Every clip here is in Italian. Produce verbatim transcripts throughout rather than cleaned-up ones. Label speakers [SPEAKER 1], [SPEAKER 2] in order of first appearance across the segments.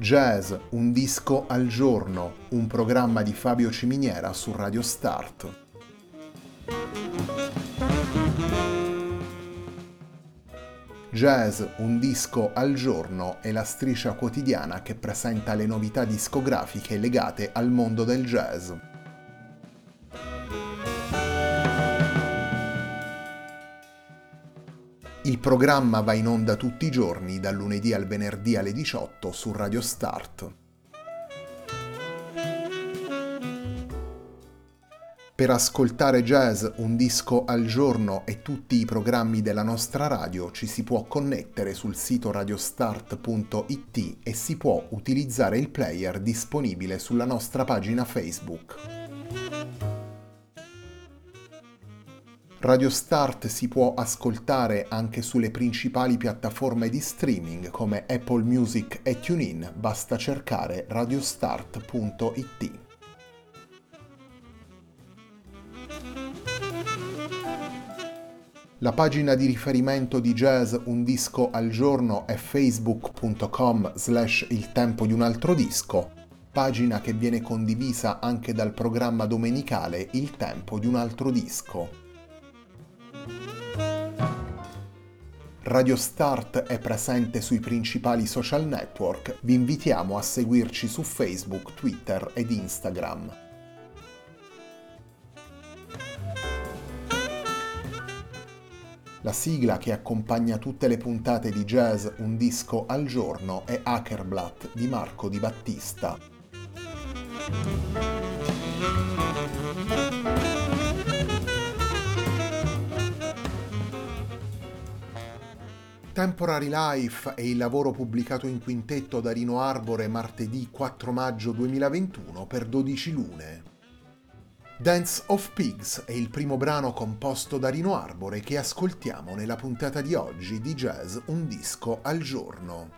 [SPEAKER 1] Jazz, un disco al giorno, un programma di Fabio Ciminiera su Radio Start. Jazz, un disco al giorno è la striscia quotidiana che presenta le novità discografiche legate al mondo del jazz. Il programma va in onda tutti i giorni, dal lunedì al venerdì alle diciotto su Radio Start. Per ascoltare Jazz, un disco al giorno e tutti i programmi della nostra radio ci si può connettere sul sito radiostart punto it e si può utilizzare il player disponibile sulla nostra pagina Facebook. Radio Start si può ascoltare anche sulle principali piattaforme di streaming come Apple Music e TuneIn, basta cercare radiostart punto it. La pagina di riferimento di Jazz, un disco al giorno è facebook punto com slash il tempo di un altro disco, pagina che viene condivisa anche dal programma domenicale Il tempo di un altro disco. Radio Start è presente sui principali social network, vi invitiamo a seguirci su Facebook, Twitter ed Instagram. La sigla che accompagna tutte le puntate di Jazz, un disco al giorno è Hackerblatt di Marco Di Battista. Temporary Life è il lavoro pubblicato in quintetto da Rino Arbore martedì quattro maggio duemilaventuno per dodici lune. Dance of Pigs è il primo brano composto da Rino Arbore che ascoltiamo nella puntata di oggi di Jazz, un disco al giorno.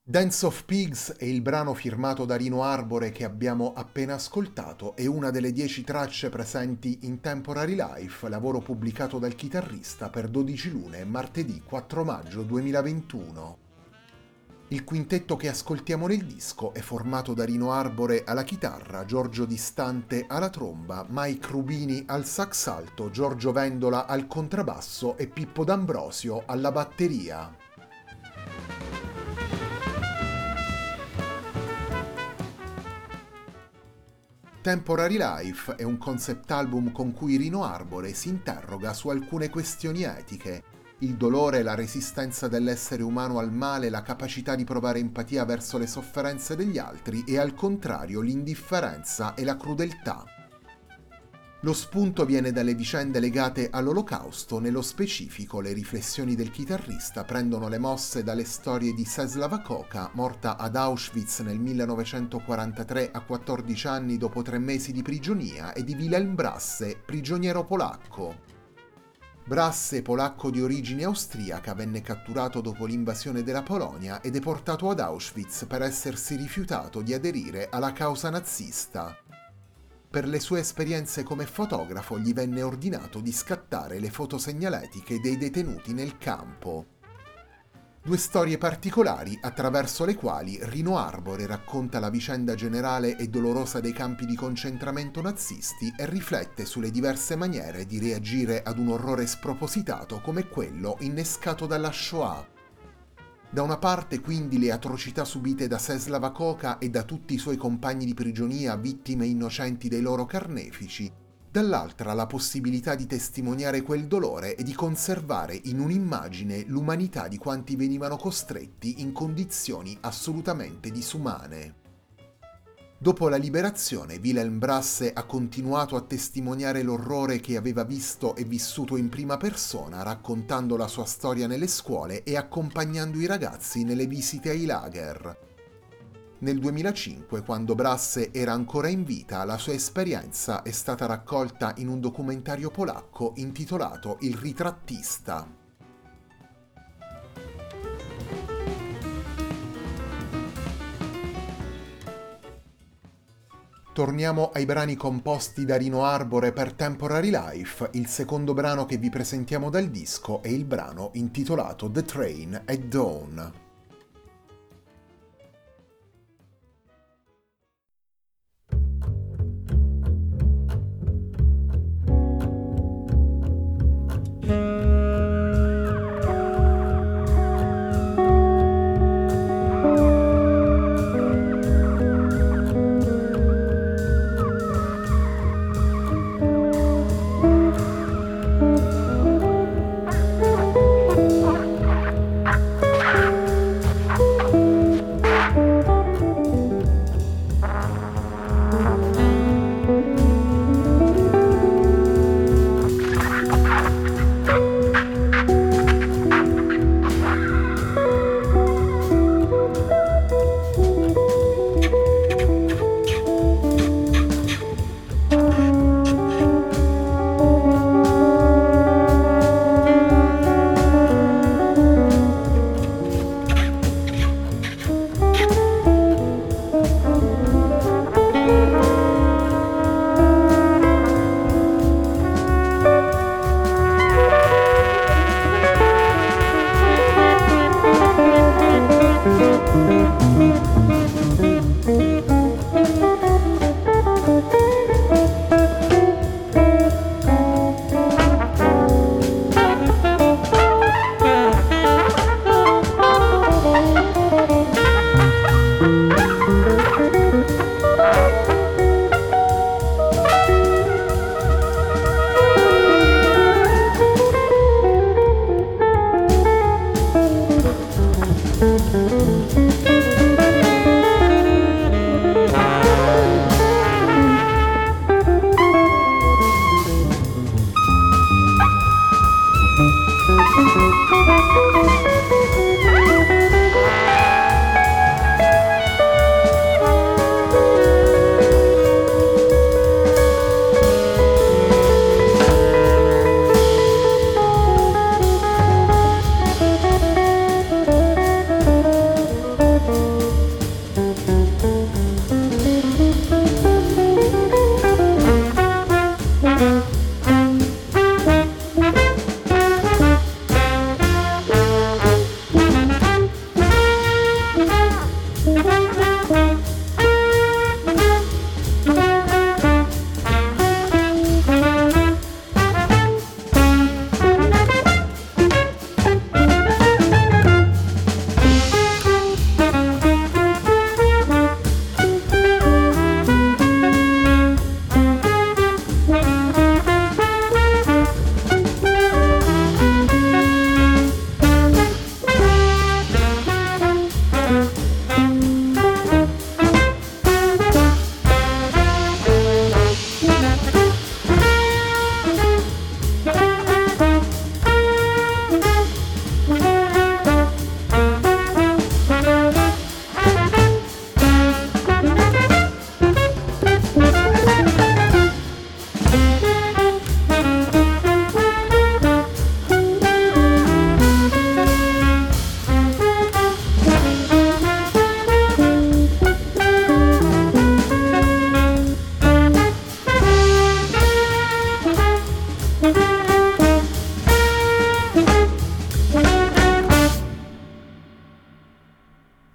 [SPEAKER 1] Dance of Pigs è il brano firmato da Rino Arbore che abbiamo appena ascoltato e una delle dieci tracce presenti in Temporary Life, lavoro pubblicato dal chitarrista per dodici lune martedì quattro maggio duemilaventuno. Il quintetto che ascoltiamo nel disco è formato da Rino Arbore alla chitarra, Giorgio Distante alla tromba, Mike Rubini al sax alto, Giorgio Vendola al contrabbasso e Pippo D'Ambrosio alla batteria. Temporary Life è un concept album con cui Rino Arbore si interroga su alcune questioni etiche: il dolore, la resistenza dell'essere umano al male, la capacità di provare empatia verso le sofferenze degli altri e al contrario l'indifferenza e la crudeltà. Lo spunto viene dalle vicende legate all'Olocausto, nello specifico le riflessioni del chitarrista prendono le mosse dalle storie di Czeslawa Koka, morta ad Auschwitz nel millenovecentoquarantatré a quattordici anni dopo tre mesi di prigionia, e di Wilhelm Brasse, prigioniero polacco. Brasse, polacco di origine austriaca, venne catturato dopo l'invasione della Polonia e deportato ad Auschwitz per essersi rifiutato di aderire alla causa nazista. Per le sue esperienze come fotografo gli venne ordinato di scattare le foto segnaletiche dei detenuti nel campo. Due storie particolari attraverso le quali Rino Arbore racconta la vicenda generale e dolorosa dei campi di concentramento nazisti e riflette sulle diverse maniere di reagire ad un orrore spropositato come quello innescato dalla Shoah. Da una parte quindi le atrocità subite da Czeslawa Koka e da tutti i suoi compagni di prigionia, vittime innocenti dei loro carnefici, dall'altra la possibilità di testimoniare quel dolore e di conservare in un'immagine l'umanità di quanti venivano costretti in condizioni assolutamente disumane. Dopo la liberazione, Wilhelm Brasse ha continuato a testimoniare l'orrore che aveva visto e vissuto in prima persona, raccontando la sua storia nelle scuole e accompagnando i ragazzi nelle visite ai lager. Nel duemilacinque, quando Brasse era ancora in vita, la sua esperienza è stata raccolta in un documentario polacco intitolato Il ritrattista. Torniamo ai brani composti da Rino Arbore per Temporary Life. Il secondo brano che vi presentiamo dal disco è il brano intitolato The Train at Dawn.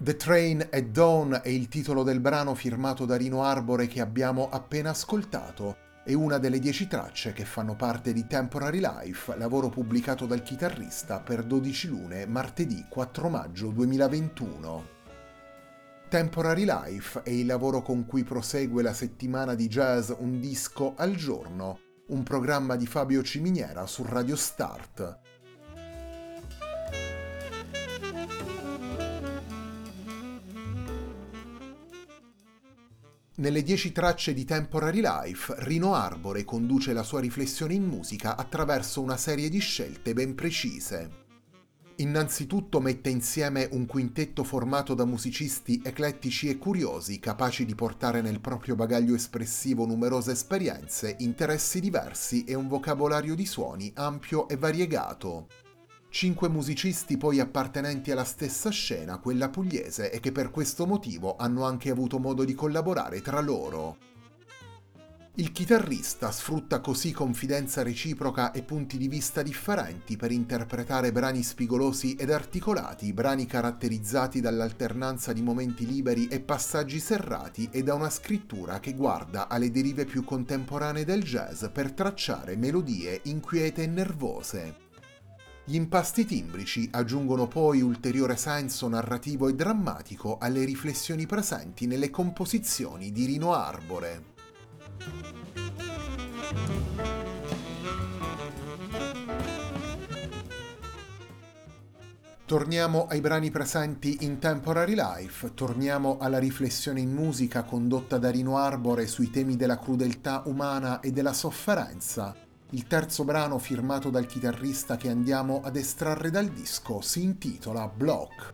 [SPEAKER 1] The Train at Dawn è il titolo del brano firmato da Rino Arbore che abbiamo appena ascoltato. È una delle dieci tracce che fanno parte di Temporary Life, lavoro pubblicato dal chitarrista per dodici lune martedì quattro maggio duemilaventuno. Temporary Life è il lavoro con cui prosegue la settimana di jazz Un disco al giorno, un programma di Fabio Ciminiera su Radio Start. Nelle dieci tracce di Temporary Life, Rino Arbore conduce la sua riflessione in musica attraverso una serie di scelte ben precise. Innanzitutto mette insieme un quintetto formato da musicisti eclettici e curiosi, capaci di portare nel proprio bagaglio espressivo numerose esperienze, interessi diversi e un vocabolario di suoni ampio e variegato. Cinque musicisti poi appartenenti alla stessa scena, quella pugliese, e che per questo motivo hanno anche avuto modo di collaborare tra loro. Il chitarrista sfrutta così confidenza reciproca e punti di vista differenti per interpretare brani spigolosi ed articolati, brani caratterizzati dall'alternanza di momenti liberi e passaggi serrati e da una scrittura che guarda alle derive più contemporanee del jazz per tracciare melodie inquiete e nervose. Gli impasti timbrici aggiungono poi ulteriore senso narrativo e drammatico alle riflessioni presenti nelle composizioni di Rino Arbore. Torniamo ai brani presenti in Temporary Life, torniamo alla riflessione in musica condotta da Rino Arbore sui temi della crudeltà umana e della sofferenza. Il terzo brano firmato dal chitarrista che andiamo ad estrarre dal disco si intitola Block.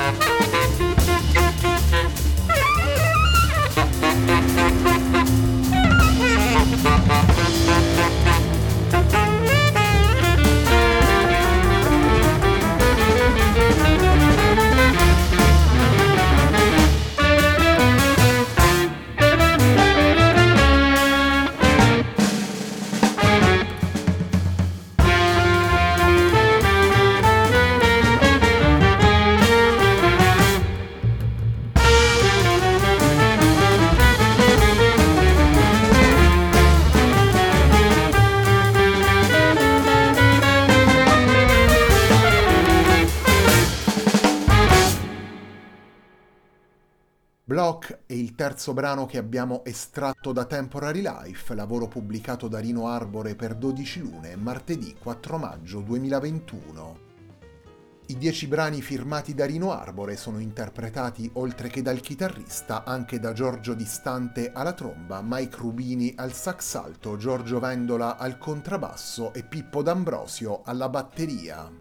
[SPEAKER 1] Block è il terzo brano che abbiamo estratto da Temporary Life, lavoro pubblicato da Rino Arbore per dodici lune martedì quattro maggio duemilaventuno. I dieci brani firmati da Rino Arbore sono interpretati, oltre che dal chitarrista, anche da Giorgio Distante alla tromba, Mike Rubini al sax alto, Giorgio Vendola al contrabbasso e Pippo D'Ambrosio alla batteria.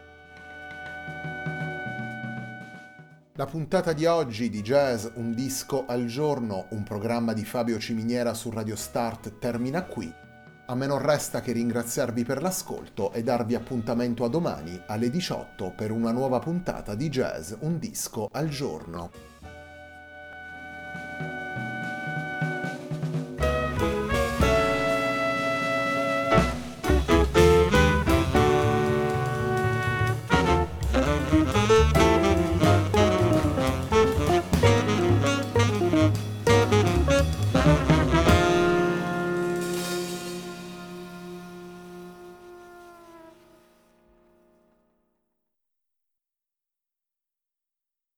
[SPEAKER 1] La puntata di oggi di Jazz Un disco al giorno, un programma di Fabio Ciminiera su Radio Start, termina qui. A me non resta che ringraziarvi per l'ascolto e darvi appuntamento a domani alle diciotto per una nuova puntata di Jazz Un disco al giorno.